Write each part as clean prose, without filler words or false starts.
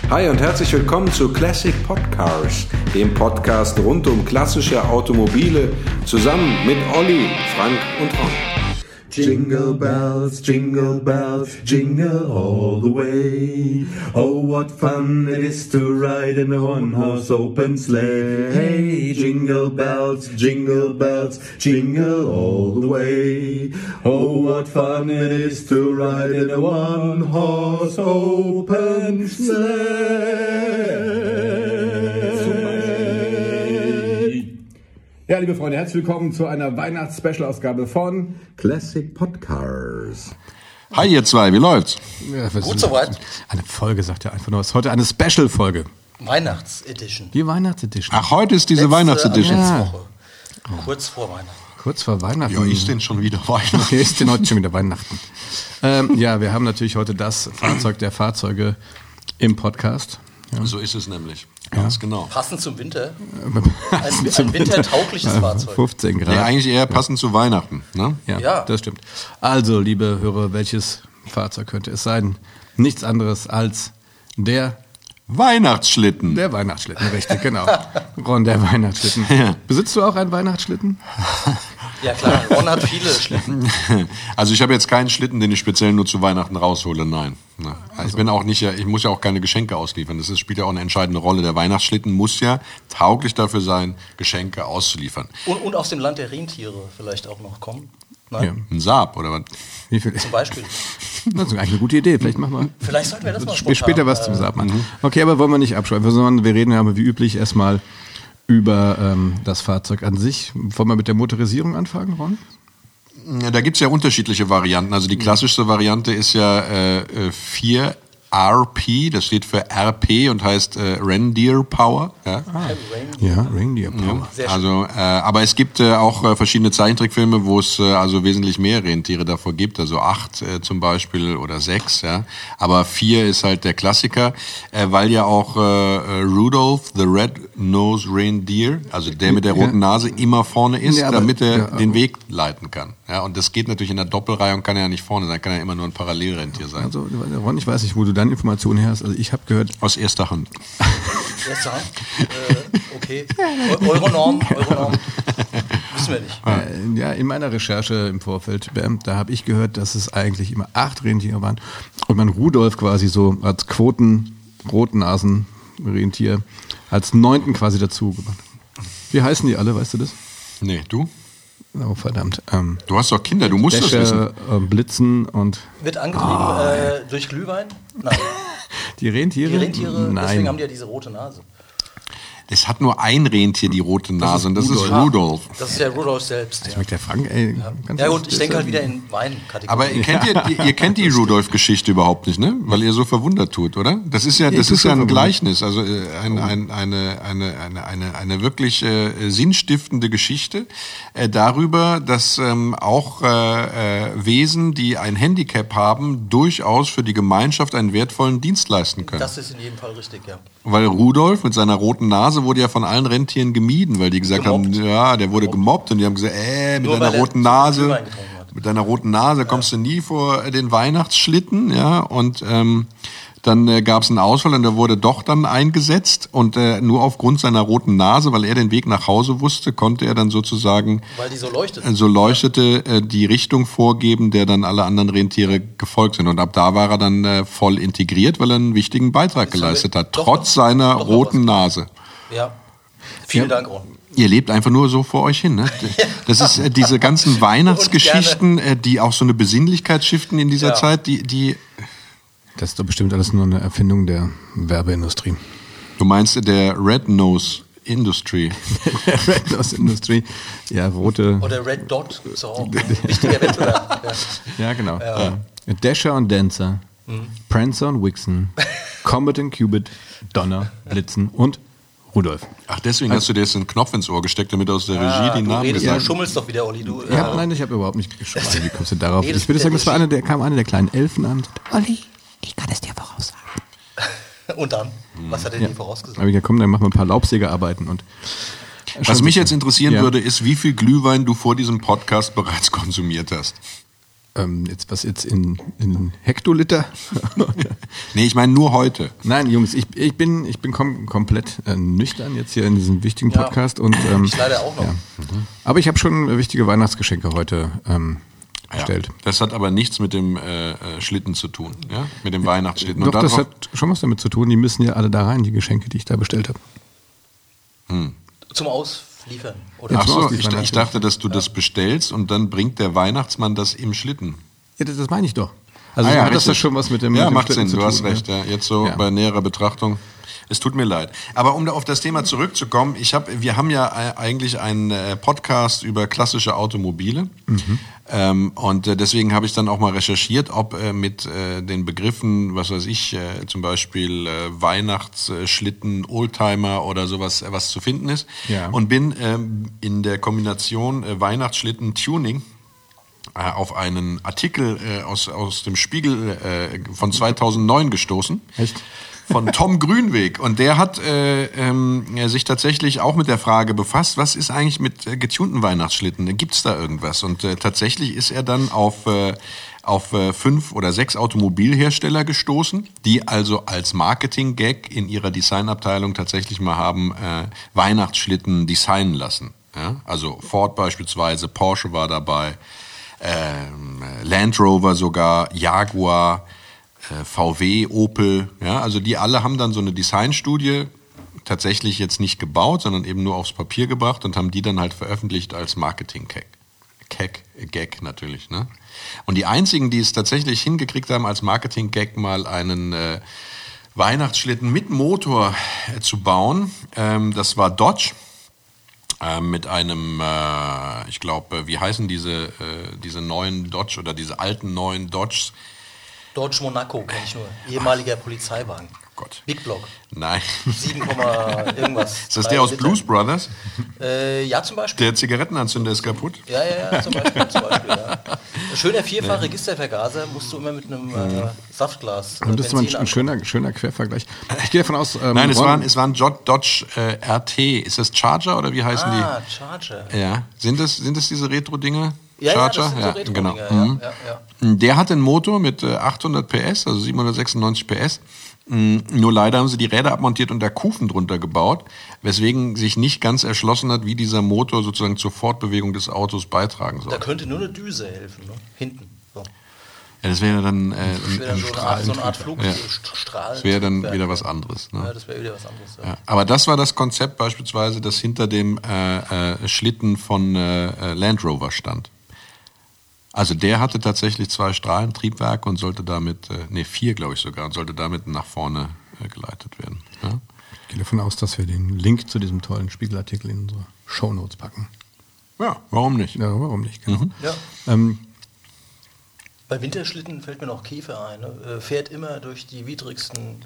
Hi und herzlich willkommen zu Classic Podcars, dem Podcast rund um klassische Automobile, zusammen mit Olli, Frank und Ron. Jingle bells, jingle all the way. Oh, what fun it is to ride in a one-horse open sleigh. Hey, jingle bells, jingle all the way. Oh, what fun it is to ride in a one-horse open sleigh. Ja, liebe Freunde, herzlich willkommen zu einer Weihnachts-Special-Ausgabe von Classic Podcars. Hi ihr zwei, wie läuft's? Ja, Gut soweit. Eine Folge, sagt er einfach nur. Es ist heute eine Special-Folge. Weihnachtsedition. Die Weihnachtsedition. Ach, heute ist diese Weihnachtsedition. Adventswoche. Kurz vor Weihnachten. Kurz vor Weihnachten. Ja, ist denn schon wieder Weihnachten? Hier ist denn heute schon wieder Weihnachten. Ja, wir haben natürlich heute das Fahrzeug der Fahrzeuge im Podcast. Ja. So ist es nämlich. Ganz genau. Passend zum Winter. Ein wintertaugliches Fahrzeug. 15 Grad. Nee, eigentlich eher passend zu Weihnachten. Ne? Ja, das stimmt. Also, liebe Hörer, welches Fahrzeug könnte es sein? Nichts anderes als der Weihnachtsschlitten. Der Weihnachtsschlitten, richtig, genau. Ron, der Weihnachtsschlitten. Ja. Besitzt du auch einen Weihnachtsschlitten? Ja klar, Ron hat viele Schlitten. Also ich habe jetzt keinen Schlitten, den ich speziell nur zu Weihnachten raushole, nein. Ich bin auch nicht, ich muss ja auch keine Geschenke ausliefern. Das spielt ja auch eine entscheidende Rolle. Der Weihnachtsschlitten muss ja tauglich dafür sein, Geschenke auszuliefern. Und aus dem Land der Rentiere vielleicht auch noch kommen. Nein? Ja. Ein Saab oder was? Wie viel? Zum Beispiel. Das ist eigentlich eine gute Idee. Vielleicht machen wir Vielleicht sollten wir das mal spontan. später was zum Saab machen. Okay, aber wollen wir nicht abschweifen, sondern wir reden ja aber wie üblich erstmal über das Fahrzeug an sich. Wollen wir mit der Motorisierung anfangen, Ron? Ja, da gibt's ja unterschiedliche Varianten. Also die klassischste Variante ist ja 4RP, das steht für RP und heißt Reindeer Power. Ja? Ja, Reindeer Power. Ja, also, aber es gibt auch verschiedene Zeichentrickfilme, wo es also wesentlich mehr Rentiere davor gibt, also 8 zum Beispiel oder 6. Ja. Aber 4 ist halt der Klassiker, weil ja auch Rudolph the Red-Nosed Reindeer, also der mit der roten Nase, immer vorne ist, Ja, aber- damit er ja, den Weg leiten kann. Ja, und das geht natürlich in der Doppelreihe und kann ja nicht vorne sein, kann ja immer nur ein Parallelrentier sein. Also, Ron, ich weiß nicht, wo du deine Informationen her hast. Also ich habe gehört, Aus erster Hand. Erste Hand. Okay. Euronorm. Wissen wir nicht. ja, in meiner Recherche im Vorfeld, da habe ich gehört, dass es eigentlich immer 8 Rentiere waren und man Rudolf quasi so als Quoten-Rotnasen-Rentier als 9. quasi dazu gemacht. Wie heißen die alle, weißt du das? Nee, du? Oh, verdammt. Du hast doch Kinder, du musst das wissen. Dasher, Blitzen und Wird angetrieben durch Glühwein? Nein. die Rentiere? Die Rentiere, deswegen haben Nein. die ja diese rote Nase. Es hat nur ein Rentier die rote Nase und das ist Ah, Rudolf. Das ist ja Rudolf selbst. Ja, Schmeckt der Frank, ey. ganz ja gut, das ich denke ist halt wieder in Weinkategorien. Aber ihr kennt die Rudolf-Geschichte überhaupt nicht, ne? Weil ihr so verwundert tut, oder? Das ist ja Ich das tue ist ja ein verwundert. Gleichnis, also eine wirklich sinnstiftende Geschichte darüber, dass auch Wesen, die ein Handicap haben, durchaus für die Gemeinschaft einen wertvollen Dienst leisten können. Das ist in jedem Fall richtig, ja. Weil Rudolf mit seiner roten Nase wurde ja von allen Rentieren gemieden, weil die gesagt Gemobbt. haben, ja, der wurde gemobbt und die haben gesagt, mit Nur deiner weil er roten zu viel Nase, Glühwein getrunken hat. mit deiner roten Nase kommst du nie vor den Weihnachtsschlitten, ja, und dann gab es einen Ausfall und der wurde doch dann eingesetzt und nur aufgrund seiner roten Nase, weil er den Weg nach Hause wusste, konnte er dann sozusagen Weil die so leuchtet. so leuchtete die Richtung vorgeben, der dann alle anderen Rentiere gefolgt sind. Und ab da war er dann voll integriert, weil er einen wichtigen Beitrag geleistet hat, Doch trotz noch- seiner doch noch roten was. Nase. Ja. Vielen Dank, Ron. Ihr lebt einfach nur so vor euch hin. Ne? Das ist diese ganzen Weihnachtsgeschichten, die auch so eine Besinnlichkeit shiften in dieser Ja. Zeit, die Das ist doch bestimmt alles nur eine Erfindung der Werbeindustrie. du meinst der Red Nose Industry. Red Nose Industry. Ja, rote. Oder Red Dot. So, wichtiger Wettbewerb. Ja. Ja, genau. Dasher und Dancer, Prancer und Vixen, Comet und Cupid, Donner, Blitzen und Rudolf. Ach, deswegen hast du dir jetzt einen Knopf ins Ohr gesteckt, damit du aus der Regie die Du Namen redest, gesagt du schummelst doch wieder, Olli. Du, Ja, nein, ich habe überhaupt nicht geschossen. Wie kommst du darauf? Nee, das Ich würde ist sagen, der das war kam eine der kleinen Elfen an. Olli, ich kann es dir voraussagen. Und dann? Was hat er dir vorausgesagt? Aber ja, komm, dann machen wir ein paar Laubsägearbeiten und. Was mich jetzt interessieren Ja. würde, ist, wie viel Glühwein du vor diesem Podcast bereits konsumiert hast. Jetzt in Hektoliter? Nee, ich meine nur heute. Nein, Jungs, ich bin komplett nüchtern jetzt hier in diesem wichtigen Podcast. Und, ich leider auch noch. Ja. Aber ich habe schon wichtige Weihnachtsgeschenke heute bestellt. Ja, das hat aber nichts mit dem Schlitten zu tun, ja? Mit dem Weihnachtsschlitten. Doch, das hat schon was damit zu tun. Die müssen ja alle da rein, die Geschenke, die ich da bestellt habe. Zum Ausliefern. Oder Ach so, Ausliefern, ich dachte, dass du das bestellst und dann bringt der Weihnachtsmann das im Schlitten. Ja, das meine ich doch. Also ja, hat das ja schon was mit dem Ja, mit dem macht Schlitten Sinn, zu du tun, hast recht. Ja. Jetzt so Ja. bei näherer Betrachtung. Es tut mir leid. Aber um da auf das Thema zurückzukommen, wir haben ja eigentlich einen Podcast über klassische Automobile. Und deswegen habe ich dann auch mal recherchiert, ob mit den Begriffen, was weiß ich, zum Beispiel Weihnachtsschlitten, Oldtimer oder sowas, was zu finden ist. Ja. Und bin in der Kombination Weihnachtsschlitten-Tuning auf einen Artikel aus dem Spiegel von 2009 gestoßen. Echt? Von Tom Grünweg. Und der hat sich tatsächlich auch mit der Frage befasst, was ist eigentlich mit getunten Weihnachtsschlitten? Gibt es da irgendwas? Und tatsächlich ist er dann auf 5 oder 6 Automobilhersteller gestoßen, die also als Marketing-Gag in ihrer Designabteilung tatsächlich mal haben Weihnachtsschlitten designen lassen. Ja? Also Ford beispielsweise, Porsche war dabei, Land Rover sogar, Jaguar, VW, Opel, ja, also die alle haben dann so eine Designstudie tatsächlich jetzt nicht gebaut, sondern eben nur aufs Papier gebracht und haben die dann halt veröffentlicht als Marketing-Gag. Gag natürlich, ne? Und die einzigen, die es tatsächlich hingekriegt haben, als Marketing-Gag mal einen Weihnachtsschlitten mit Motor zu bauen, das war Dodge. Mit einem, ich glaube, wie heißen diese neuen Dodge oder diese alten neuen Dodges? Dodge Monaco kenne ich nur. Ehemaliger Polizeiwagen. Gott. Big Block. Nein. 7, irgendwas. Ist das der aus Blues Brothers? Ja, zum Beispiel. Der Zigarettenanzünder ist kaputt? Ja, zum Beispiel, ja. Ein schöner Vierfach-Registervergaser musst du immer mit einem Saftglas. Und das ist mal ein schöner Quervergleich. Ich gehe davon aus... Nein, es war ein Dodge RT. Ist das Charger oder wie heißen die? Charger. Ja. Sind das diese Retro-Dinge? Ja, Charger? das sind so genau. Ja. Der hat einen Motor mit 800 PS, also 796 PS. Nur leider haben sie die Räder abmontiert und da Kufen drunter gebaut, weswegen sich nicht ganz erschlossen hat, wie dieser Motor sozusagen zur Fortbewegung des Autos beitragen soll. Da könnte nur eine Düse helfen, ne? Hinten. So. Ja, das wäre dann Das wäre dann so eine Art Flugstrahl. Das wäre dann wieder was anderes. Ne? Ja, das wäre wieder was anderes. Ja. Ja, aber das war das Konzept beispielsweise, das hinter dem Schlitten von Land Rover stand. Also der hatte tatsächlich 2 Strahlentriebwerke und sollte damit, 4 glaube ich sogar, und sollte damit nach vorne geleitet werden. Ja? Ich gehe davon aus, dass wir den Link zu diesem tollen Spiegelartikel in unsere Shownotes packen. Ja, warum nicht? Ja, warum nicht, genau. Ja. Bei Winterschlitten fällt mir noch Käfer ein. Ne? Fährt immer durch die widrigsten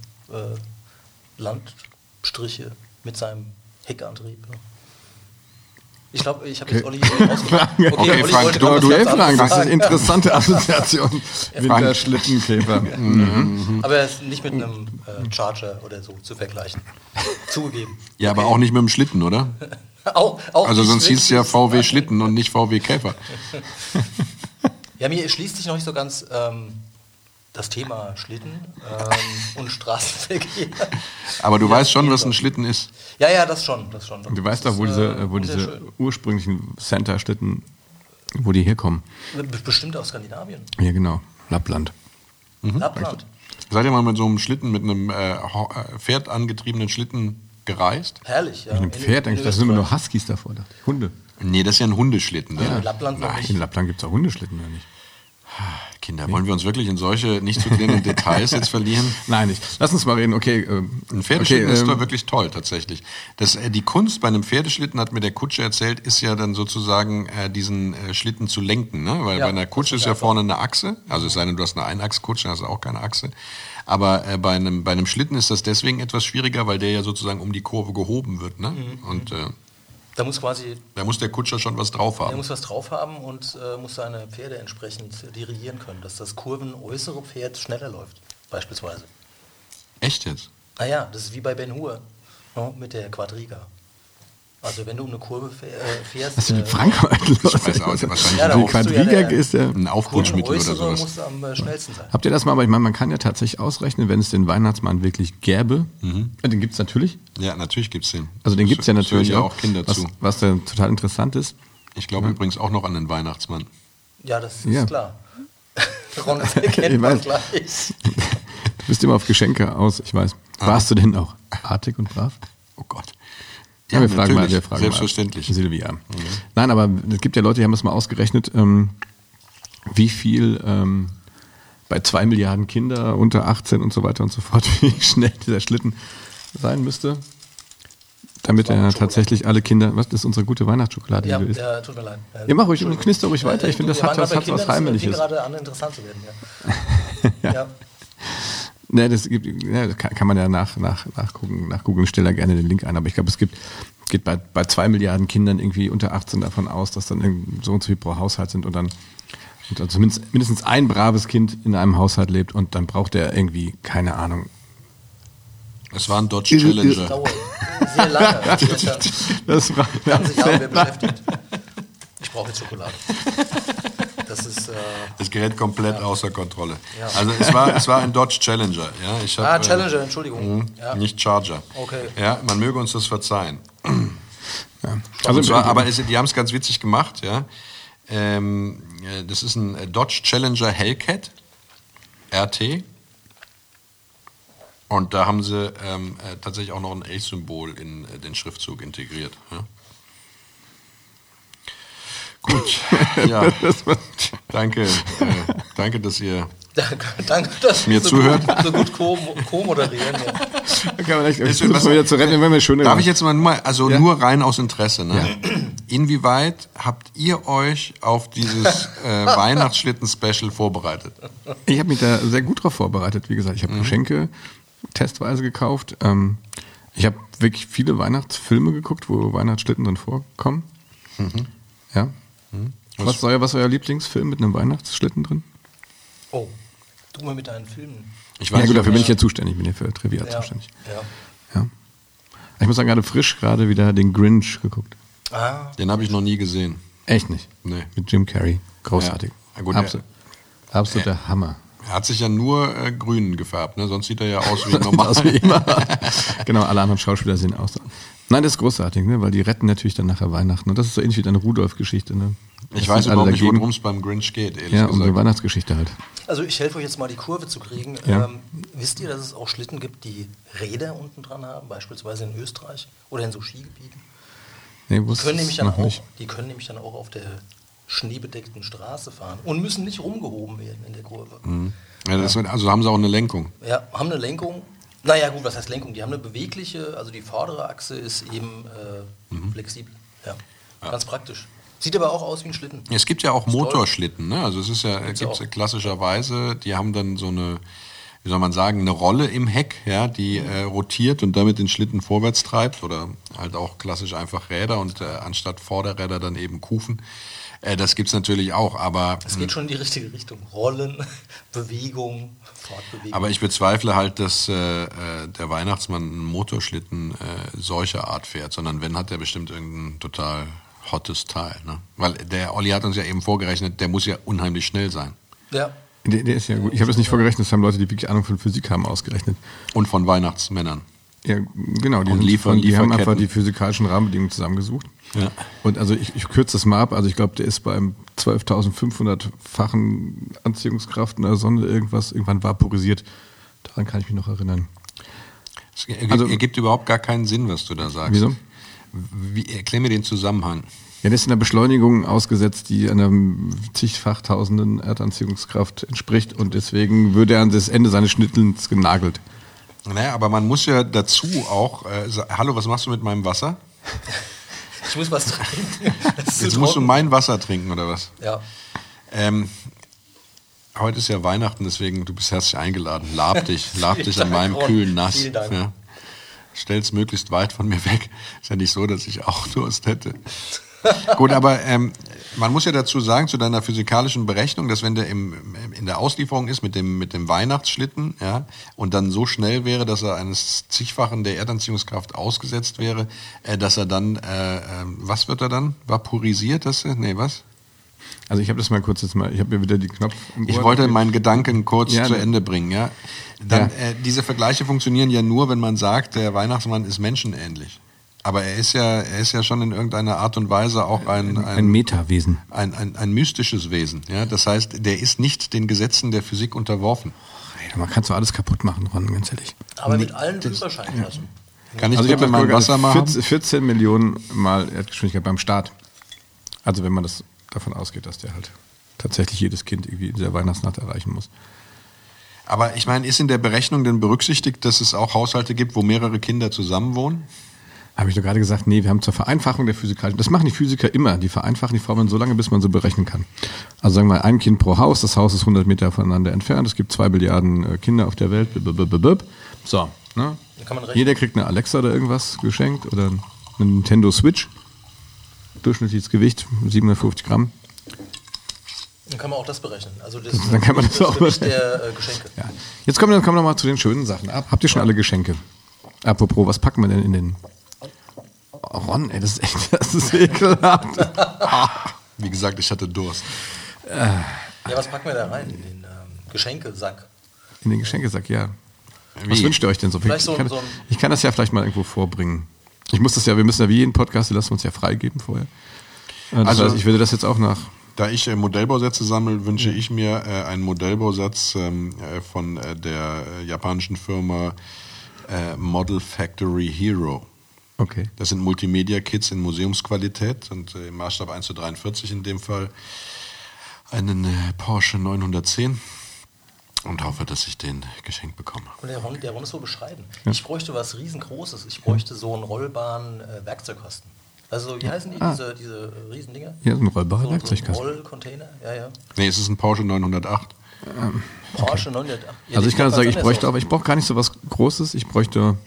Landstriche mit seinem Heckantrieb. Ne? Ich glaube, ich habe jetzt Olli rausgebracht. Okay, Olli Frank, wollte Du, noch was ganz Frank, anderes das ist eine sagen. interessante Assoziation. Winterschlittenkäfer. Aber er ist nicht mit einem Charger oder so zu vergleichen. Zugegeben. Ja, aber auch nicht mit dem Schlitten, oder? Auch Also nicht sonst hieß es ja wirklich. VW Schlitten und nicht VW Käfer. Ja, mir schließt sich noch nicht so ganz das Thema Schlitten und Straßenverkehr. Aber du weißt schon, was ein Schlitten ist. Ja, das schon. Du weißt doch, wo diese ursprünglichen Center-Schlitten, wo die herkommen. Bestimmt aus Skandinavien. Ja, genau. Lappland. Lappland. Seid ihr mal mit so einem Schlitten, mit einem Pferd angetriebenen Schlitten gereist? Herrlich, ja. Mit einem Pferd, eigentlich, da sind immer nur Huskies davor. Dachte ich. Hunde. Nee, das ist ja ein Hundeschlitten. Ne? In Lappland noch nicht. In Lappland gibt es auch Hundeschlitten, oder nicht? Kinder, wollen wir uns wirklich in solche nicht zu klärenden Details jetzt verlieren? Nein, nicht. Lass uns mal reden. Okay. Ein Pferdeschlitten ist doch wirklich toll, tatsächlich. Die Kunst bei einem Pferdeschlitten, hat mir der Kutscher erzählt, ist ja dann sozusagen diesen Schlitten zu lenken. Ne? Weil bei einer Kutsche ist ja vorne eine Achse. Also es sei denn, du hast eine Einachskutsche, hast du auch keine Achse. Aber bei einem Schlitten ist das deswegen etwas schwieriger, weil der ja sozusagen um die Kurve gehoben wird. Ne? Und Da muss der Kutscher schon was drauf haben. Er muss was drauf haben und muss seine Pferde entsprechend dirigieren können, dass das kurvenäußere Pferd schneller läuft, beispielsweise. Echt jetzt? Naja, das ist wie bei Ben Hur mit der Quadriga. Also wenn du um eine Kurve fährst... Was ist denn mit Frank heute los? Ich weiß auch nicht, wahrscheinlich Ja, da brauchst du ja Quadriga ist der... ein Aufputschmittel oder sowas. muss am schnellsten sein. Habt ihr das mal, aber ich meine, man kann ja tatsächlich ausrechnen, wenn es den Weihnachtsmann wirklich gäbe. Den gibt es natürlich. Ja, natürlich gibt's den. Also den gibt es ja Das hören natürlich ja auch Kinder was, zu. was da total interessant ist. Ich glaube übrigens auch noch an den Weihnachtsmann. Ja, das Ja. ist klar. Ron, das erkennt Ich man weiß. gleich. Du bist immer auf Geschenke aus, ich weiß. Warst du denn auch artig und brav? Oh Gott. Ja, wir fragen mal, Selbstverständlich. Mal Silvia. Nein, aber es gibt ja Leute, die haben das mal ausgerechnet, wie viel bei 2 Milliarden Kinder unter 18 und so weiter und so fort, wie schnell dieser Schlitten sein müsste, damit er tatsächlich alle Kinder, was ist unsere gute Weihnachtsschokolade, Ja, die du isst? ja, tut mir leid. Ja, mach ruhig, knister ruhig weiter, ich finde, das hat was Heimliches. Ich gerade an, interessant zu werden. Ja. Ja. Ne, das gibt, ja, kann man ja nachgucken, ich stelle da gerne den Link ein, aber ich glaube, es geht bei 2 Milliarden Kindern irgendwie unter 18 davon aus, dass dann so und so viel pro Haushalt sind und dann also mindestens ein braves Kind in einem Haushalt lebt und dann braucht er irgendwie, keine Ahnung. Es war ein Dodge Challenger. Dauert sehr lange. Das war 20 Jahre wer beschäftigt. Ich brauche jetzt Schokolade. Das ist... Das gerät komplett außer Kontrolle. Ja. Also es war ein Dodge Challenger. Ja, ich hab, Challenger, Entschuldigung. Ja. Nicht Charger. Okay. Ja, man möge uns das verzeihen. Ja. Also die haben es ganz witzig gemacht. Ja. Das ist ein Dodge Challenger Hellcat RT. Und da haben sie tatsächlich auch noch ein Ace-Symbol in den Schriftzug integriert. Ja. Gut, ja. Danke, dass ihr Danke, dass mir so zuhört. So gut co-moderieren. Ja. Da kann man echt wieder zu retten, wenn wir schon darf ich jetzt mal nur rein aus Interesse, ne? Ja. Inwieweit habt ihr euch auf dieses Weihnachtsschlitten-Special vorbereitet? Ich habe mich da sehr gut drauf vorbereitet. Wie gesagt, ich habe Geschenke testweise gekauft. Ich habe wirklich viele Weihnachtsfilme geguckt, wo Weihnachtsschlitten drin vorkommen. Ja. Was ist euer Lieblingsfilm mit einem Weihnachtsschlitten drin? Oh, du mal mit deinen Filmen. Ich weiß Ja gut, dafür bin ich ja ja zuständig, bin ja für Trivia zuständig. Ja. Ich muss sagen, gerade wieder den Grinch geguckt. Ah, Den habe ich noch nie gesehen. Echt nicht? Nee. Mit Jim Carrey. Großartig. Ja, gut, Absoluter Hammer. Er hat sich ja nur grün gefärbt, ne? Sonst sieht er ja aus wie normal. Aus wie immer. Genau, alle anderen Schauspieler sehen aus. Nein, das ist großartig, ne? Weil die retten natürlich dann nachher Weihnachten. Und das ist so ähnlich wie deine Rudolf-Geschichte. Ne? Ich weiß überhaupt nicht, worum es beim Grinch geht, ehrlich gesagt. Ja, gesagt. um eine Weihnachtsgeschichte halt. also ich helfe euch jetzt mal die Kurve zu kriegen. Ja. Wisst ihr, dass es auch Schlitten gibt, die Räder unten dran haben, beispielsweise in Österreich oder in so Skigebieten? Nee, Die können nämlich dann auch auf der schneebedeckten Straße fahren und müssen nicht rumgehoben werden in der Kurve. Ja, also haben sie auch eine Lenkung. Ja, haben eine Lenkung. Naja gut, was heißt Lenkung? Die haben eine bewegliche, also die vordere Achse ist eben flexibel. Ja. Ganz praktisch. Sieht aber auch aus wie ein Schlitten. Es gibt ja auch Motorschlitten, ne? Also es ist gibt's klassischerweise, die haben dann so eine, wie soll man sagen, eine Rolle im Heck, ja, die rotiert und damit den Schlitten vorwärts treibt oder halt auch klassisch einfach Räder und anstatt Vorderräder dann eben Kufen. Das gibt's natürlich auch, aber... Es geht schon in die richtige Richtung. Rollen, Bewegung, Fortbewegung. Aber ich bezweifle halt, dass der Weihnachtsmann einen Motorschlitten solcher Art fährt, sondern wenn, hat er bestimmt irgendein total hottes Teil. Ne? Weil der Olli hat uns ja eben vorgerechnet, der muss ja unheimlich schnell sein. Ja. Der ist ja gut. Ich habe das nicht vorgerechnet, das haben Leute, die wirklich Ahnung von Physik haben, ausgerechnet. Und von Weihnachtsmännern. Ja, genau. Die haben einfach die physikalischen Rahmenbedingungen zusammengesucht. Ja. Und also ich kürze das mal ab. Also ich glaube, der ist beim 12.500-fachen Anziehungskraft in der Sonne irgendwann vaporisiert. Daran kann ich mich noch erinnern. Es ergibt überhaupt gar keinen Sinn, was du da sagst. Wieso? Erklär mir den Zusammenhang. Ja, das ist in einer Beschleunigung ausgesetzt, die einer zigfachtausenden Erdanziehungskraft entspricht und deswegen würde er an das Ende seines Schnittens genagelt. Naja, aber man muss ja dazu auch, hallo, was machst du mit meinem Wasser? Ich muss was trinken. Jetzt musst du mein Wasser trinken, oder was? Ja. Heute ist ja Weihnachten, deswegen, du bist herzlich eingeladen. Lab dich an meinem kühlen Nass. Vielen Dank. Ja. Stell's möglichst weit von mir weg. Ist ja nicht so, dass ich auch Durst hätte. Gut, aber man muss ja dazu sagen, zu deiner physikalischen Berechnung, dass wenn der in der Auslieferung ist mit dem Weihnachtsschlitten, ja, und dann so schnell wäre, dass er eines zigfachen der Erdanziehungskraft ausgesetzt wäre, dass er dann, was wird er dann? Vaporisiert? Was? Also ich habe das mal kurz ich habe mir wieder die Knopf im Ohr. Ich wollte meinen Gedanken kurz zu Ende bringen, ja. Dann, diese Vergleiche funktionieren ja nur, wenn man sagt, der Weihnachtsmann ist menschenähnlich. Aber er ist ja schon in irgendeiner Art und Weise auch ein Metawesen. Ein mystisches Wesen. Ja? Das heißt, der ist nicht den Gesetzen der Physik unterworfen. Man kann so alles kaputt machen, Ron, ganz ehrlich. Aber mit allen Führerscheinklassen. Kann ich bitte mal Wasser machen? 14 Millionen Mal Erdgeschwindigkeit beim Start. Also wenn man das davon ausgeht, dass der halt tatsächlich jedes Kind irgendwie in dieser Weihnachtsnacht erreichen muss. Aber ich meine, ist in der Berechnung denn berücksichtigt, dass es auch Haushalte gibt, wo mehrere Kinder zusammenwohnen? Habe ich doch gerade gesagt, nee, wir haben zur Vereinfachung der Physikalischen, das machen die Physiker immer, die vereinfachen die Formeln so lange, bis man sie berechnen kann. Also sagen wir, ein Kind pro Haus, das Haus ist 100 Meter voneinander entfernt, es gibt 2 Billiarden Kinder auf der Welt, so, ne? Jeder kriegt eine Alexa oder irgendwas geschenkt oder eine Nintendo Switch, durchschnittliches Gewicht 750 Gramm. Dann kann man auch das berechnen. Also dann kann man das auch berechnen. Der Geschenke. Ja. Jetzt kommen wir noch mal zu den schönen Sachen. Habt ihr schon alle Geschenke? Apropos, was packen wir denn in den... Oh, Ron, ey, das ist ekelhaft. Wie gesagt, ich hatte Durst. Ja, was packen wir da rein? In den Geschenkesack? In den Geschenkesack, ja. Was wünscht ihr euch denn so? Ich kann das ja vielleicht mal irgendwo vorbringen. Wir müssen ja wie jeden Podcast, die lassen uns ja freigeben vorher. Das heißt, ich würde das jetzt auch nach... Da ich Modellbausätze sammle, wünsche ich mir einen Modellbausatz von der japanischen Firma Model Factory Hero. Okay. Das sind Multimedia-Kits in Museumsqualität und im Maßstab 1:43 in dem Fall einen Porsche 910 und hoffe, dass ich den geschenkt bekomme. Und der Ron ist so bescheiden. Ja. Ich bräuchte was Riesengroßes. Ich bräuchte so einen rollbaren Werkzeugkasten. Also, wie heißen die, diese Riesendinger? Ja, so ein rollbarer Werkzeugkasten. So ein Rollcontainer, ja. Nee, es ist ein Porsche 908. Porsche 908. Ja, also ich kann sagen, ich brauche gar nicht so was Großes. Ich bräuchte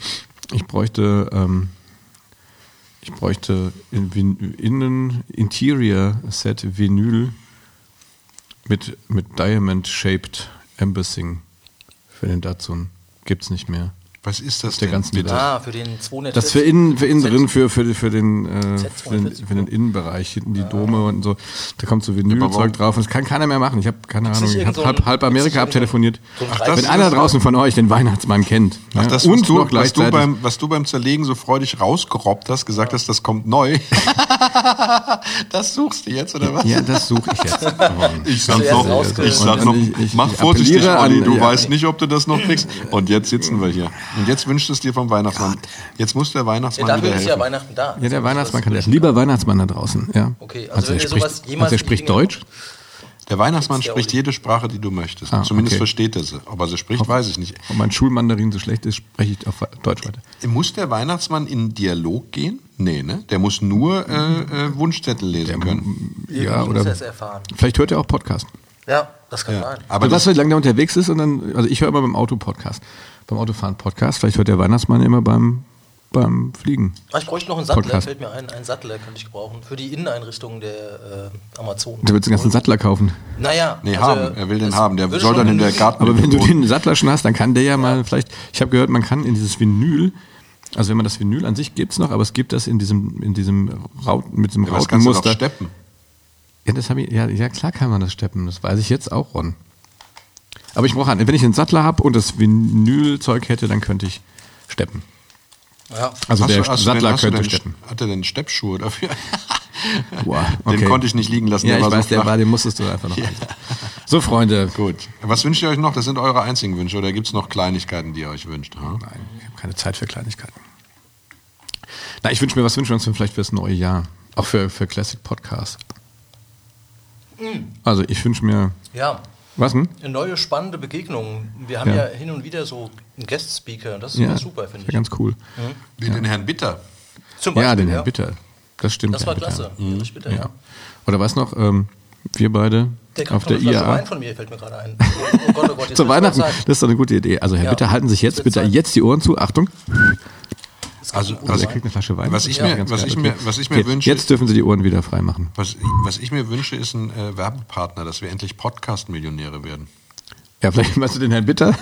Interior-Set Vinyl mit Diamond-Shaped Embossing für den Datsun. Gibt's nicht mehr. Was ist das der denn? Ganzen für den 200. Das für innen drin, für den Innenbereich, hinten die Dome und so. Da kommt so Vinylzeug drauf und das kann keiner mehr machen. Ich habe keine Ahnung, ich habe halb Amerika abtelefoniert. Wenn einer draußen von euch den Weihnachtsmann kennt. Ach, das, und was du beim Zerlegen so freudig rausgerobbt hast, gesagt hast, das kommt neu. Das suchst du jetzt, oder was? Ja, das suche ich jetzt. Ich sag noch, mach vorsichtig, Olli, du weißt nicht, ob du das noch kriegst. Und jetzt sitzen wir hier. Und jetzt wünschst du es dir vom Weihnachtsmann. Jetzt muss der Weihnachtsmann wieder helfen. Ja Weihnachten da. Ja, der Weihnachtsmann kann helfen. Lieber Weihnachtsmann da draußen. Ja. Okay, also er spricht Deutsch? Der Weihnachtsmann spricht jede Sprache, die du möchtest. Zumindest versteht er sie. Ob er sie spricht, weiß ich nicht. Ob mein Schulmandarin so schlecht ist, spreche ich auf Deutsch weiter. Muss der Weihnachtsmann in Dialog gehen? Nee, ne? Der muss nur Wunschzettel lesen können. Ja, oder muss erfahren. Vielleicht hört er auch Podcast. Ja, das kann sein. Aber was, wie lange der unterwegs ist, und dann, also ich höre immer beim Auto-Podcast. Beim Autofahren-Podcast. Vielleicht hört der Weihnachtsmann immer beim Fliegen. Ich bräuchte noch einen Sattler, Podcast. Fällt mir ein. Einen Sattler könnte ich gebrauchen. Für die Inneneinrichtung der Amazon. Du willst den ganzen Sattler kaufen? Naja. Nee, haben. Er will den haben. Der soll dann in der Garten. Aber wenn du den Sattler schon hast, dann kann der ja mal vielleicht, ich habe gehört, man kann in dieses Vinyl, also wenn man das Vinyl an sich gibt es noch, aber es gibt das mit diesem Rautenmuster. Das kannst du doch steppen. Ja, das habe ich, ja, klar kann man das steppen. Das weiß ich jetzt auch, Ron. Aber ich brauche wenn ich einen Sattler habe und das Vinylzeug hätte, dann könnte ich steppen. Ja. Also der Sattler könnte steppen. Hat er denn Steppschuhe dafür? Wow, okay. Den konnte ich nicht liegen lassen. Ja, ich weiß, den musstest du einfach noch. Ja. So, Freunde. Gut. Was wünscht ihr euch noch? Das sind eure einzigen Wünsche. Oder gibt es noch Kleinigkeiten, die ihr euch wünscht? Nein, ich habe keine Zeit für Kleinigkeiten. Na, was wünschen wir uns denn vielleicht fürs neue Jahr? Auch für Classic Podcast. Also ich wünsche mir... Ja. Was denn? Eine neue spannende Begegnung. Wir haben ja hin und wieder so einen Guest-Speaker und das ist super, finde ich. Ganz cool. Den Herrn Bitter. Zum Beispiel, ja, den Herrn Bitter. Das stimmt. Das war klasse. Bitter, ja. Oder was noch? Wir beide auf der IAA. Wein von mir fällt mir gerade ein. Oh Gott, jetzt zu Weihnachten, das ist doch eine gute Idee. Also Herr Bitter, halten sich jetzt bitte die Ohren zu. Achtung. Das kann Also, gut Also er sein. kriegt eine Flasche Wein. Was ich Ja, mir- ganz was geil, ich okay. mir- was ich mir Okay, wünsche- Jetzt dürfen Sie die Ohren wieder frei machen. Was ich mir wünsche, ist ein Werbepartner, dass wir endlich Podcast-Millionäre werden. Ja, vielleicht machst du den Herrn Bitter.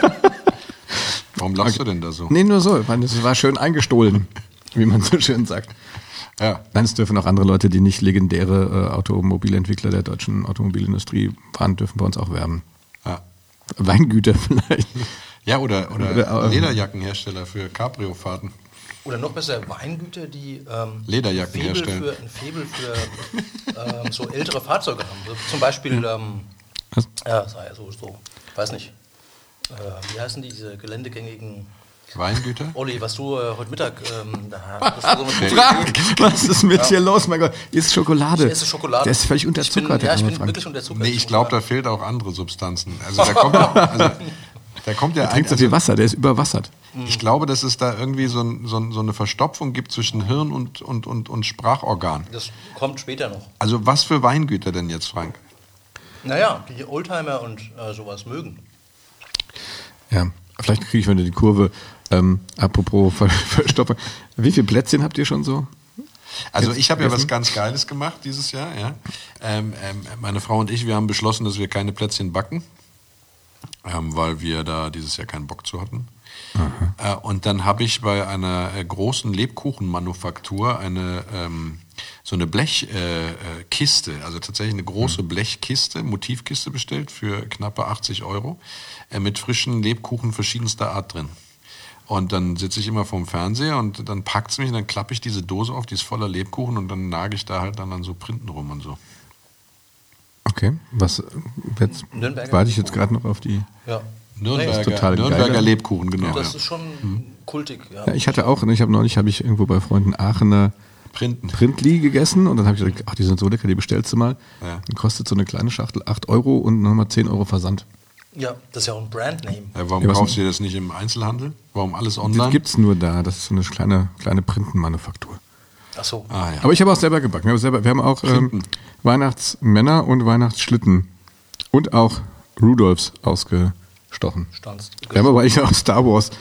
Warum lachst du denn da so? Nee, nur so. Ich meine, es war schön eingestohlen, wie man so schön sagt. Ja. Nein, es dürfen auch andere Leute, die nicht legendäre Automobilentwickler der deutschen Automobilindustrie waren, dürfen bei uns auch werben. Ja. Weingüter vielleicht. Ja, oder Oder, Lederjackenhersteller für Cabrio-Fahrten. Oder noch besser, Weingüter, die Lederjacken herstellen. ein Faible für so ältere Fahrzeuge haben. So, zum Beispiel, Was? ja, so, weiß nicht. Wie heißen diese geländegängigen Weingüter? Olli, was du heute Mittag da hast du so mit Frank, was ist mit dir los, mein Gott? Ist Schokolade. Ich esse Schokolade. Der ist völlig unterzuckert. Ja, ich der bin arme Frank. wirklich unterzuckert. Nee, ich glaube, da fehlt auch andere Substanzen. Also da kommt ja Der trinkt so viel Wasser, der ist überwassert. Ich glaube, dass es da irgendwie so eine Verstopfung gibt zwischen Hirn und Sprachorgan. Das kommt später noch. Also was für Weingüter denn jetzt, Frank? Naja, die Oldtimer und sowas mögen. Ja, vielleicht kriege ich wieder die Kurve. Apropos Verstopfung. Wie viele Plätzchen habt ihr schon so? Also Jetzt ich habe ja was essen? ganz Geiles gemacht dieses Jahr. Ja. Meine Frau und ich, wir haben beschlossen, dass wir keine Plätzchen backen, weil wir da dieses Jahr keinen Bock zu hatten. Und dann habe ich bei einer großen Lebkuchenmanufaktur so eine Blechkiste, also tatsächlich eine große Blechkiste, Motivkiste bestellt für knappe 80 € mit frischen Lebkuchen verschiedenster Art drin. Und dann sitze ich immer vorm Fernseher und dann packt es mich und dann klappe ich diese Dose auf, die ist voller Lebkuchen und dann nage ich da halt dann an so Printen rum und so. Okay, was jetzt Nürnberger warte ich jetzt gerade noch auf die. Ja. total Nürnberger geil. Lebkuchen, genau. Das Ja. ist schon kultig. Ja. Ja, ich hatte auch, neulich habe ich irgendwo bei Freunden Aachener Printen. Printli gegessen und dann habe ich gedacht, ach, die sind so lecker, die bestellst du mal. Ja. Dann kostet so eine kleine Schachtel 8 € und nochmal 10 € Versand. Ja, das ist ja auch ein Brandname. Ja, warum Ja, was kaufst denn? du dir das nicht im Einzelhandel? Warum alles Das online? gibt's nur da, das ist so eine kleine Printenmanufaktur. Ach so. Ah, ja. Aber ich habe auch selber gebacken. Wir haben auch Weihnachtsmänner und Weihnachtsschlitten und auch Rudolphs ausgestochen. Stanzt. Wir haben aber eigentlich auch Star Wars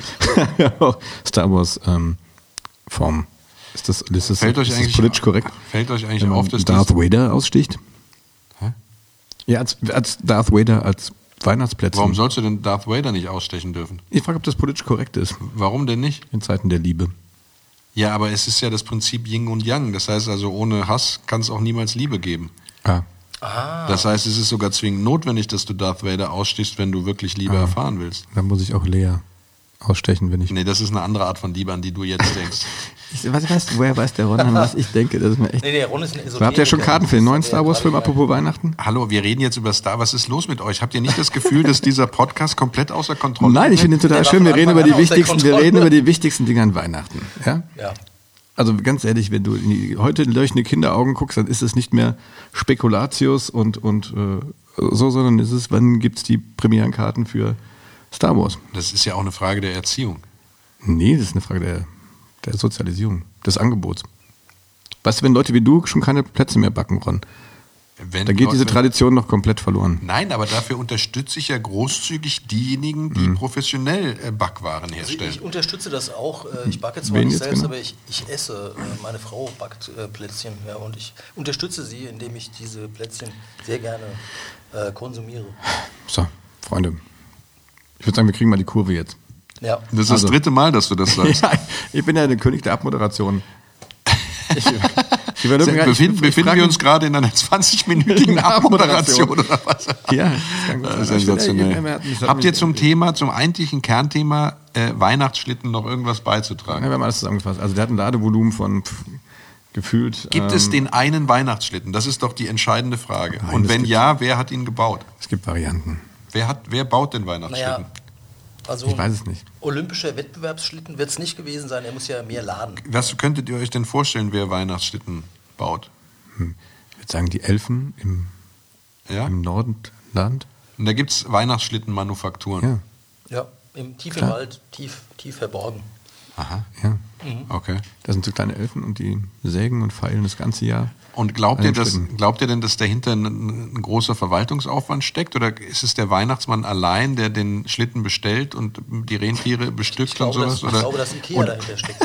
Form. Ist das Fällt euch eigentlich politisch korrekt? Fällt euch eigentlich Wenn man auf, dass Darth das, Vader aussticht? Hä? Ja, als Darth Vader als Weihnachtsplätzchen. Warum sollst du denn Darth Vader nicht ausstechen dürfen? Ich frage, ob das politisch korrekt ist Warum denn nicht? in Zeiten der Liebe. Ja, aber es ist ja das Prinzip Yin und Yang. Das heißt also, ohne Hass kann es auch niemals Liebe geben. Ah, Das heißt, es ist sogar zwingend notwendig, dass du Darth Vader ausstichst, wenn du wirklich Liebe erfahren willst. dann muss ich auch Lea ausstechen, wenn ich. Nee, das ist eine andere Art von Liebe, an die du jetzt denkst. Woher weiß der Ron, an was ich denke? Das ist mir echt. Nee, Ron ist ein Esoteriker. Habt ihr schon Karten für den neuen Star Wars Film, apropos Weihnachten? Hallo, wir reden jetzt über Star. Was ist los mit euch? Habt ihr nicht das Gefühl, dass dieser Podcast komplett außer Kontrolle Nein, ich finde ihn total Der war schön. Wir von reden über Anfang die an außer wichtigsten, wir Kontrolle. reden über die wichtigsten Dinge an Weihnachten. Ja? Ja. Also ganz ehrlich, wenn du heute in leuchtende Kinderaugen guckst, dann ist es nicht mehr Spekulatius und so, sondern ist es, wann gibt's die Premierenkarten für Star Wars? Das ist ja auch eine Frage der Erziehung. Nee, das ist eine Frage der Sozialisierung, des Angebots. Weißt du, wenn Leute wie du schon keine Plätze mehr backen, Ron, Wenn dann geht diese Leute- Tradition noch komplett verloren. Nein, aber dafür unterstütze ich ja großzügig diejenigen, die professionell Backwaren Also herstellen. ich unterstütze das auch. Ich backe zwar Wen nicht jetzt selbst, genau? aber ich esse. Meine Frau backt Plätzchen. Ja, und ich unterstütze sie, indem ich diese Plätzchen sehr gerne konsumiere. So, Freunde, ich würde sagen, wir kriegen mal die Kurve jetzt. Ja. Das ist Also- das dritte Mal, dass du das sagst. Ja, ich bin ja der König der Abmoderation. Ich überlege mir gerade, Befinden wir uns gerade in einer 20-minütigen Abmoderation oder was? Ja, das kann gut sein. Sensationell. Habt ihr zum eigentlichen Kernthema Weihnachtsschlitten noch irgendwas Ja, beizutragen? wir haben alles zusammengefasst. Also der hat ein Ladevolumen von gefühlt. Gibt es den einen Weihnachtsschlitten? Das ist doch die entscheidende Frage. Nein, Und es wenn gibt- ja, wer hat ihn gebaut? Es gibt Varianten. Wer baut den Weihnachtsschlitten? Naja, also Ich weiß es nicht. olympischer Wettbewerbsschlitten wird es nicht gewesen sein. Er muss ja mehr laden. Was könntet ihr euch denn vorstellen, wer Weihnachtsschlitten baut? Ich würde sagen, die Elfen Ja? im Nordland. Und da gibt es Weihnachtsschlittenmanufakturen. Ja, Ja, tief im Klar. Wald, tief verborgen. Aha. ja. Okay. Das sind so kleine Elfen und die sägen und feilen das ganze Jahr. Und glaubt ihr Schlitten. denn, dass dahinter ein großer Verwaltungsaufwand steckt? Oder ist es der Weihnachtsmann allein, der den Schlitten bestellt und die Rentiere bestückt und sowas? Ich glaube, dass Ikea dahinter steckt.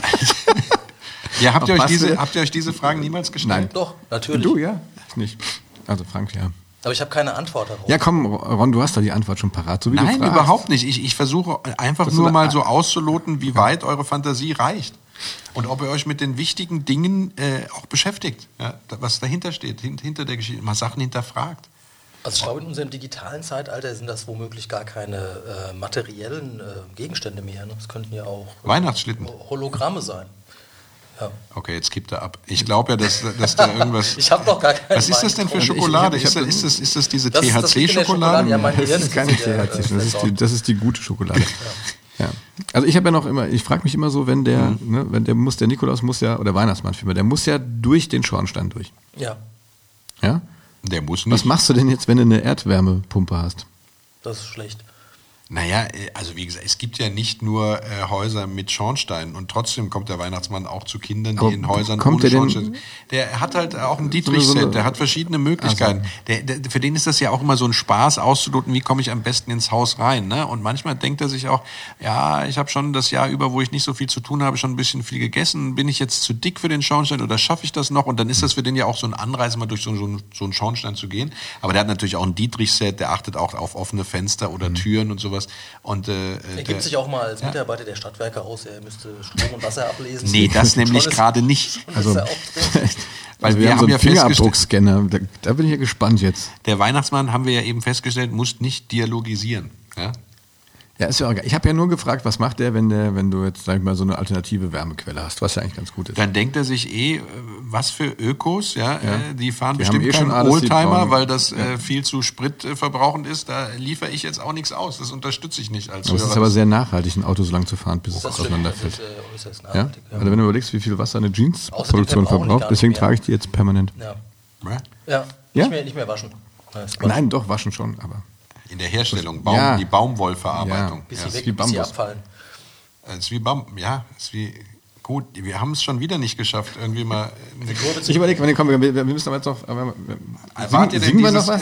Ja, habt ihr euch diese Fragen niemals gestellt? Nein. Doch, natürlich. Du, ja? Nicht. Also Frank, ja. Aber ich habe keine Antwort darauf. Ja, komm, Ron, du hast da die Antwort schon parat. So wie Nein, du fragst. überhaupt nicht. Ich versuche einfach nur mal so auszuloten, wie weit eure Fantasie reicht. Und ob ihr euch mit den wichtigen Dingen auch beschäftigt. Ja, was dahinter steht, hinter der Geschichte. Mal Sachen hinterfragt. Also ich glaube, in unserem digitalen Zeitalter sind das womöglich gar keine materiellen Gegenstände mehr. Ne? Das könnten ja auch Weihnachtsschlitten. Hologramme sein. Ja. Okay, jetzt gibt er ab. Ich glaube ja, dass da irgendwas... Ich habe noch gar keine Was ist das denn für Schokolade? Ist das diese THC-Schokolade? Ja, mein Gehirn Das ist keine THC, das ist die gute Schokolade. Ja. Also ich habe ja noch immer, ich frage mich immer so, wenn der Nikolaus muss ja, oder Weihnachtsmann vielmehr, der muss ja durch den Schornstein durch. Ja, Ja? Der muss nicht. Was machst du denn jetzt, wenn du eine Erdwärmepumpe hast? das ist schlecht. Naja, also wie gesagt, es gibt ja nicht nur Häuser mit Schornstein und trotzdem kommt der Weihnachtsmann auch zu Kindern, die in Häusern ohne Schornstein. Der hat halt auch ein Dietrich-Set, der hat verschiedene Möglichkeiten. Also. Für den ist das ja auch immer so ein Spaß auszuloten, wie komme ich am besten ins Haus rein. Ne? Und manchmal denkt er sich auch, ja, ich habe schon das Jahr über, wo ich nicht so viel zu tun habe, schon ein bisschen viel gegessen. Bin ich jetzt zu dick für den Schornstein oder schaffe ich das noch? Und dann ist das für den ja auch so ein Anreiz, mal durch so einen Schornstein zu gehen. Aber der hat natürlich auch ein Dietrich-Set, der achtet auch auf offene Fenster oder Türen und sowas. Und, er gibt sich auch mal als Mitarbeiter der Stadtwerke aus, er müsste Strom und Wasser ablesen. Nee, das nämlich gerade nicht. Also, weil wir haben so einen ja Fingerabdruckscanner, da bin ich ja gespannt jetzt. Der Weihnachtsmann, haben wir ja eben festgestellt, muss nicht dialogisieren. Ja? Ja, ist ja auch egal. Ich habe ja nur gefragt, was macht der, wenn du jetzt, sag ich mal, so eine alternative Wärmequelle hast, was ja eigentlich ganz gut ist. Dann denkt er sich was für Ökos, die fahren Wir haben bestimmt schon keinen alles, die Oldtimer, brauchen- weil das viel zu spritverbrauchend ist. Da liefere ich jetzt auch nichts aus. Das unterstütze ich nicht als Aber es ist aber sehr nachhaltig, ein Auto so lang zu fahren, bis es Das stimmt, das auseinanderfällt. ist äußerst Ja? nachhaltig. Also wenn du überlegst, wie viel Wasser eine Jeansproduktion Außerdem verbrauchen die verbraucht, gar deswegen nicht trage mehr. ich die jetzt permanent. Ja. Ja? Ja, Ja? Nicht mehr waschen. Nein, doch, waschen schon, aber... In der Herstellung, Ja. Die Baumwollverarbeitung. Bis Ja, sie ist wie weg, bis sie Bambus. abfallen. Es ist wie ist wie gut. Wir haben es schon wieder nicht geschafft, irgendwie mal. Ich überlege, wir müssen aber jetzt noch... Wart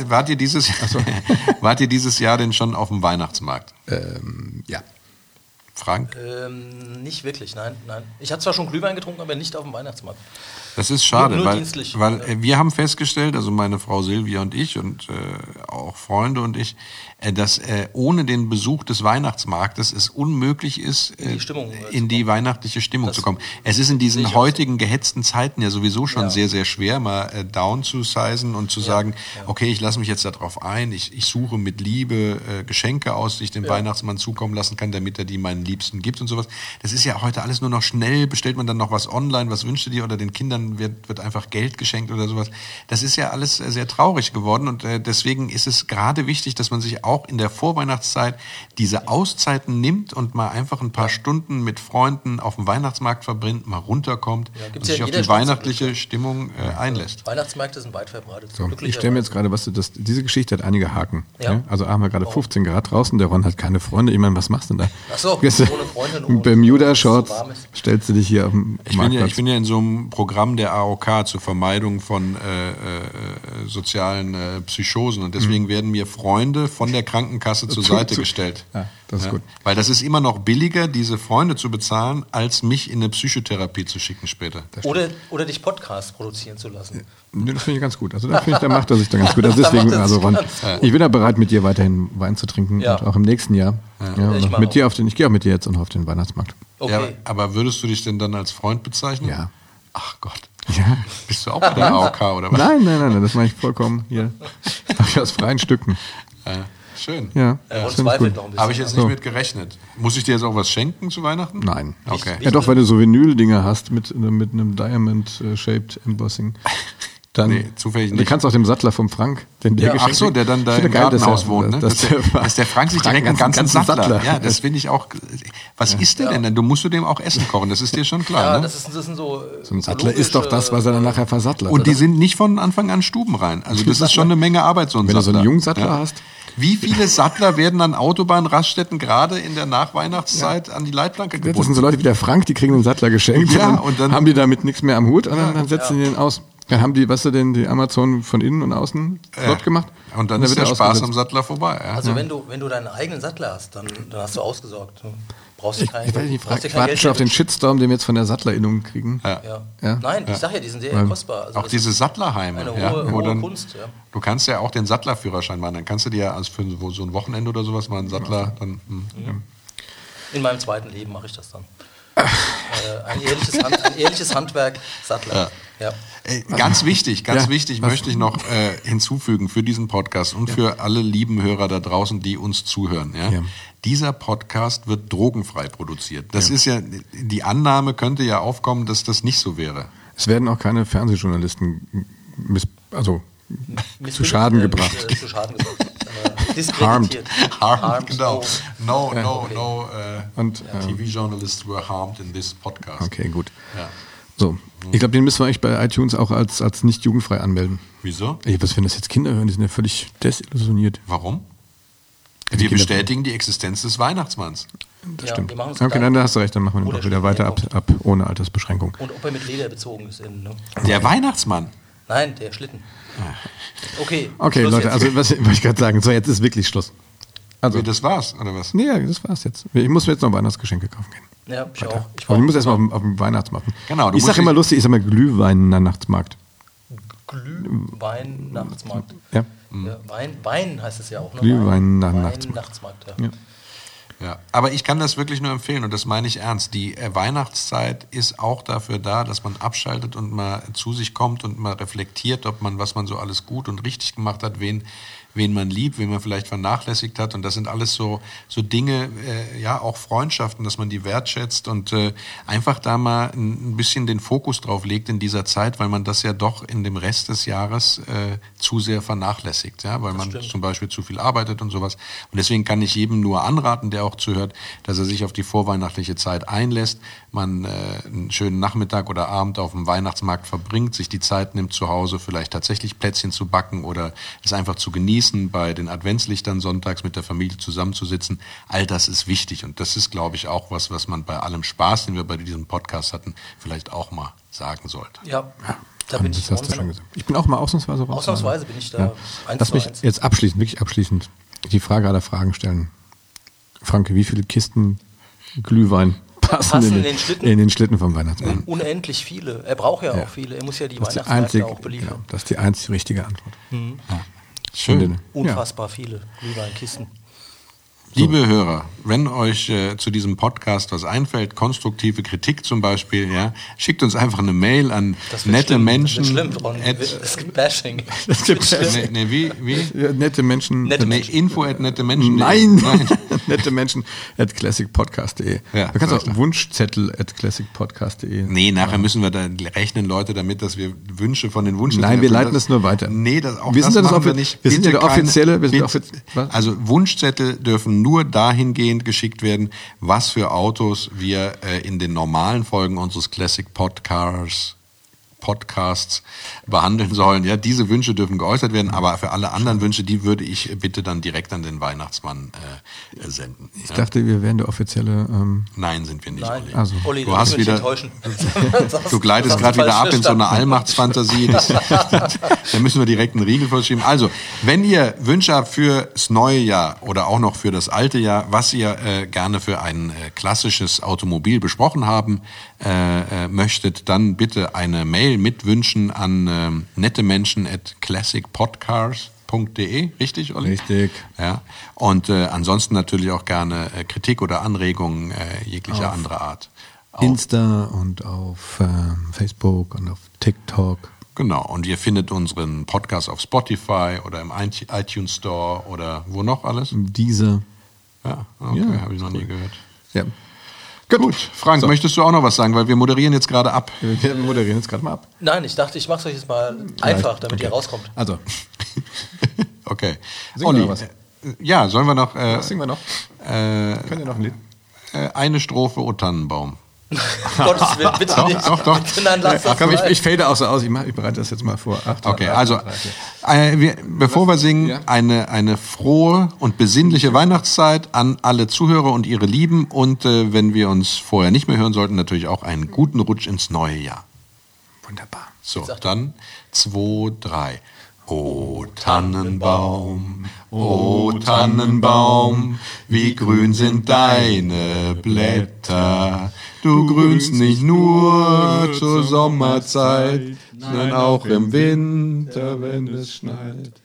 ihr dieses Jahr denn schon auf dem Weihnachtsmarkt? Ja. Frank? Nicht wirklich, nein. Ich hatte zwar schon Glühwein getrunken, aber nicht auf dem Weihnachtsmarkt. Das ist schade, Nur weil dienstlich. wir haben festgestellt, also meine Frau Silvia und ich und auch Freunde und ich, dass ohne den Besuch des Weihnachtsmarktes es unmöglich ist, in die weihnachtliche Stimmung zu kommen. Es ist in diesen heutigen gehetzten Zeiten ja sowieso schon sehr, sehr schwer, mal down zu sizen und zu sagen, okay, ich lasse mich jetzt darauf ein, ich suche mit Liebe Geschenke aus, die ich dem Weihnachtsmann zukommen lassen kann, damit er die meinen Liebsten gibt und sowas. Das ist ja heute alles nur noch schnell, bestellt man dann noch was online, was wünscht ihr dir, oder den Kindern wird einfach Geld geschenkt oder sowas. Das ist ja alles sehr traurig geworden und deswegen ist es gerade wichtig, dass man sich auch in der Vorweihnachtszeit diese Auszeiten nimmt und mal einfach ein paar Stunden mit Freunden auf dem Weihnachtsmarkt verbringt, mal runterkommt und sich auf die weihnachtliche Stimmung einlässt. Weihnachtsmärkte sind weit verbreitet. So, ich stelle mir jetzt gerade, diese Geschichte hat einige Haken. Ja. Also haben wir gerade 15 Grad draußen, der Ron hat keine Freunde. Ich meine, was machst du denn da? Ach so, ohne Freundin. Ein Bermuda-Shorts, stellst du dich hier auf dem Marktplatz. Ich bin ja in so einem Programm der AOK zur Vermeidung von sozialen Psychosen und deswegen werden mir Freunde von der Krankenkasse zur Seite gestellt. Ja, das ist gut. Weil das ist immer noch billiger, diese Freunde zu bezahlen, als mich in eine Psychotherapie zu schicken später. Oder dich Podcasts produzieren zu lassen. Nee, das finde ich ganz gut. Also da macht er sich dann ganz gut. Also deswegen, also Ron, ich bin da bereit, mit dir weiterhin Wein zu trinken und auch im nächsten Jahr. Ja, und ich gehe auch mit dir jetzt und auf den Weihnachtsmarkt. Okay. Ja, aber würdest du dich denn dann als Freund bezeichnen? Ja. Ach Gott. Ja. Bist du auch bei der AOK oder was? Nein, das mache ich vollkommen hier. Mach ich aus freien Stücken. Schön. Ja, Und das finde ich zweifelt gut. noch ein bisschen. Habe ich jetzt nicht mit gerechnet. Muss ich dir jetzt auch was schenken zu Weihnachten? Nein. Okay. Ja doch, weil du so Vinyl-Dinger hast mit einem Diamond-shaped Embossing. Dann, Nee, zufällig Du nicht. kannst auch dem Sattler vom Frank, den der Ja, ach so, der dann da im Gartenhaus wohnt, ne? Dass der Frank sich direkt einen ganzen Sattler. Ja, das finde ich auch. Was isst der denn? Du musst dem auch Essen kochen, das ist dir schon klar, Ja, ne? das sind so. So ein Sattler ist doch das, was er dann nachher versattlert. Und die sind nicht von Anfang an stubenrein. Also das ist schon eine Menge Arbeit, so ein Wenn du Sattler. so einen Jungsattler hast, Wie viele Sattler werden an Autobahnraststätten gerade in der Nachweihnachtszeit an die Leitplanke gebunden? Das sind so Leute wie der Frank, die kriegen einen Sattler geschenkt. Ja, und dann haben die damit nichts mehr am Hut und dann setzen die den aus. Dann haben die, die Amazon von innen und außen flott gemacht. Und dann ist der Spaß am Sattler vorbei. Ja. Also wenn du deinen eigenen Sattler hast, dann hast du ausgesorgt. Du brauchst dir kein, ich weiß nicht, brauchst dir kein warten Geld schon auf den mehr. Shitstorm, den wir jetzt von der Sattlerinnung kriegen. Ja. Nein, ich sag ja, die sind sehr kostbar. Also Auch diese Sattlerheime. eine wo hohe dann, Kunst. Ja. Du kannst ja auch den Sattlerführerschein machen. Dann kannst du dir also für so ein Wochenende oder sowas mal einen Sattler dann... In meinem zweiten Leben mache ich das dann. Ein ehrliches Handwerk, Sattler. Ja. Ganz wichtig, möchte ich noch hinzufügen für diesen Podcast und für alle lieben Hörer da draußen, die uns zuhören. Ja? Dieser Podcast wird drogenfrei produziert. Das ist ja, die Annahme könnte ja aufkommen, dass das nicht so wäre. Es werden auch keine Fernsehjournalisten zu Schaden gebracht. Zu Schaden gebracht. Diskreditiert. Harmed, genau. No, Und, TV-Journalists were harmed in this podcast. Okay, gut. Ja. So, ich glaube, den müssen wir eigentlich bei iTunes auch als nicht jugendfrei anmelden. Wieso? Was, wenn das jetzt Kinder hören, die sind ja völlig desillusioniert. Warum? Die Wir Kinder- bestätigen die Existenz des Weihnachtsmanns. Das Ja, stimmt. wir machen uns Okay, Gedanken. dann hast du recht, dann machen wir Wo noch der wieder weiter Schlitten ab ohne Altersbeschränkung. Und ob er mit Leder bezogen ist innen. Ne? Der Weihnachtsmann. Nein, der Schlitten. Okay, Okay, Schluss Leute, jetzt. also was wollte ich gerade sagen, so jetzt ist wirklich Schluss. Also, Das war's, oder was? nee, ja, das war's jetzt. Ich muss mir jetzt noch Weihnachtsgeschenke kaufen gehen. Ja, ich auch. Aber ich muss erstmal auf den Weihnachtsmarkt. Genau, du Ich musst sag immer dich- lustig, ich sag mal Glühwein-Nachtsmarkt. Glühwein, Nachtsmarkt. Ja. Ja, Wein heißt es ja auch. Ne? Glühwein, Wein, Nachtsmarkt. Nachtsmarkt. Ja. Ja. Ja, aber ich kann das wirklich nur empfehlen und das meine ich ernst. Die Weihnachtszeit ist auch dafür da, dass man abschaltet und mal zu sich kommt und mal reflektiert, was man so alles gut und richtig gemacht hat, wen man liebt, wen man vielleicht vernachlässigt hat. Und das sind alles so Dinge, auch Freundschaften, dass man die wertschätzt und einfach da mal ein bisschen den Fokus drauf legt in dieser Zeit, weil man das ja doch in dem Rest des Jahres zu sehr vernachlässigt, ja, weil man zum Beispiel zu viel arbeitet und sowas. Und deswegen kann ich jedem nur anraten, der auch zuhört, dass er sich auf die vorweihnachtliche Zeit einlässt, man einen schönen Nachmittag oder Abend auf dem Weihnachtsmarkt verbringt, sich die Zeit nimmt zu Hause, vielleicht tatsächlich Plätzchen zu backen oder es einfach zu genießen, bei den Adventslichtern sonntags mit der Familie zusammenzusitzen. All das ist wichtig und das ist, glaube ich, auch was man bei allem Spaß, den wir bei diesem Podcast hatten, vielleicht auch mal sagen sollte. Ja, da bin ich Das hast du schon gesagt. Ich bin auch mal ausnahmsweise raus. Ausnahmsweise bin ich da Ja. 1 Lass zu mich 1. jetzt wirklich abschließend die Frage aller Fragen stellen. Franke, wie viele Kisten Glühwein passen in den Schlitten vom Weihnachtsmann? Unendlich viele. Er braucht ja auch viele. Er muss ja die Das ist die Weihnachtsmärkte einzige, auch beliefern. genau, das ist die einzig richtige Antwort. Schön. Unfassbar viele Glühweinkisten. Liebe Hörer, wenn euch zu diesem Podcast was einfällt, konstruktive Kritik zum Beispiel, ja, schickt uns einfach eine Mail an Das wird nette schlimm. Menschen. Das wird schlimm. Es gibt Bashing. Es gibt Wie? Ja, nette Menschen. Nette Nee, info at nette Menschen. Nein. Nette Menschen at classicpodcast.de. Ja, du kannst auch vielleicht. Wunschzettel at classicpodcast.de. Nee, nachher müssen wir da rechnen Leute damit, dass wir Wünsche von den Wünschen. Nein, wir leiten es nur weiter. Nee, auch Wir das sind ja das machen wir Offi- nicht. wir sind ja Bitte der offizielle- wir sind bitte- was? Also Wunschzettel dürfen nur dahingehend geschickt werden, was für Autos wir in den normalen Folgen unseres Classic Podcasts behandeln sollen. Ja, diese Wünsche dürfen geäußert werden, aber für alle anderen Wünsche, die würde ich bitte dann direkt an den Weihnachtsmann senden. Ich dachte, wir wären der offizielle. Nein, sind wir nicht, Nein. Olli. Also, Olli, Du hast wirst mich wieder- enttäuschen. Du gleitest gerade wieder ab in so eine Allmachtsfantasie. Da müssen wir direkt einen Riegel vorschieben. Also, wenn ihr Wünsche habt fürs neue Jahr oder auch noch für das alte Jahr, was ihr gerne für ein klassisches Automobil besprochen haben möchtet, dann bitte eine Mail mit Wünschen an nettemenschen@classicpodcars.de. Richtig, Olli? Richtig. Ja. Und ansonsten natürlich auch gerne Kritik oder Anregungen jeglicher anderer Art. Insta und auf Facebook und auf TikTok. Genau, und ihr findet unseren Podcast auf Spotify oder im iTunes Store oder wo noch alles? Diese. Ja, okay, Ja, habe ich noch nie gehört. Ja. Gut, Frank, möchtest du auch noch was sagen, weil wir moderieren jetzt gerade ab. Wir moderieren jetzt gerade mal ab. Nein, ich dachte, ich mache es euch jetzt mal einfach, damit ihr rauskommt. Also, Okay. Singen wir noch was? Ja, sollen wir noch was singen wir noch? Können wir noch ein Lied? eine Strophe O Tannenbaum. Gottes Willen, bitte nicht. Doch. Bitte, nein, lass das Komm, mal. ich fade auch so aus. Ich bereite das jetzt mal vor. Okay, also bevor wir singen, eine frohe und besinnliche Weihnachtszeit an alle Zuhörer und ihre Lieben und wenn wir uns vorher nicht mehr hören sollten, natürlich auch einen guten Rutsch ins neue Jahr. Wunderbar. So, dann 2, 3. O Tannenbaum, wie grün sind deine Blätter. Du grünst nicht nur zur Sommerzeit, sondern auch im Winter, wenn es schneit.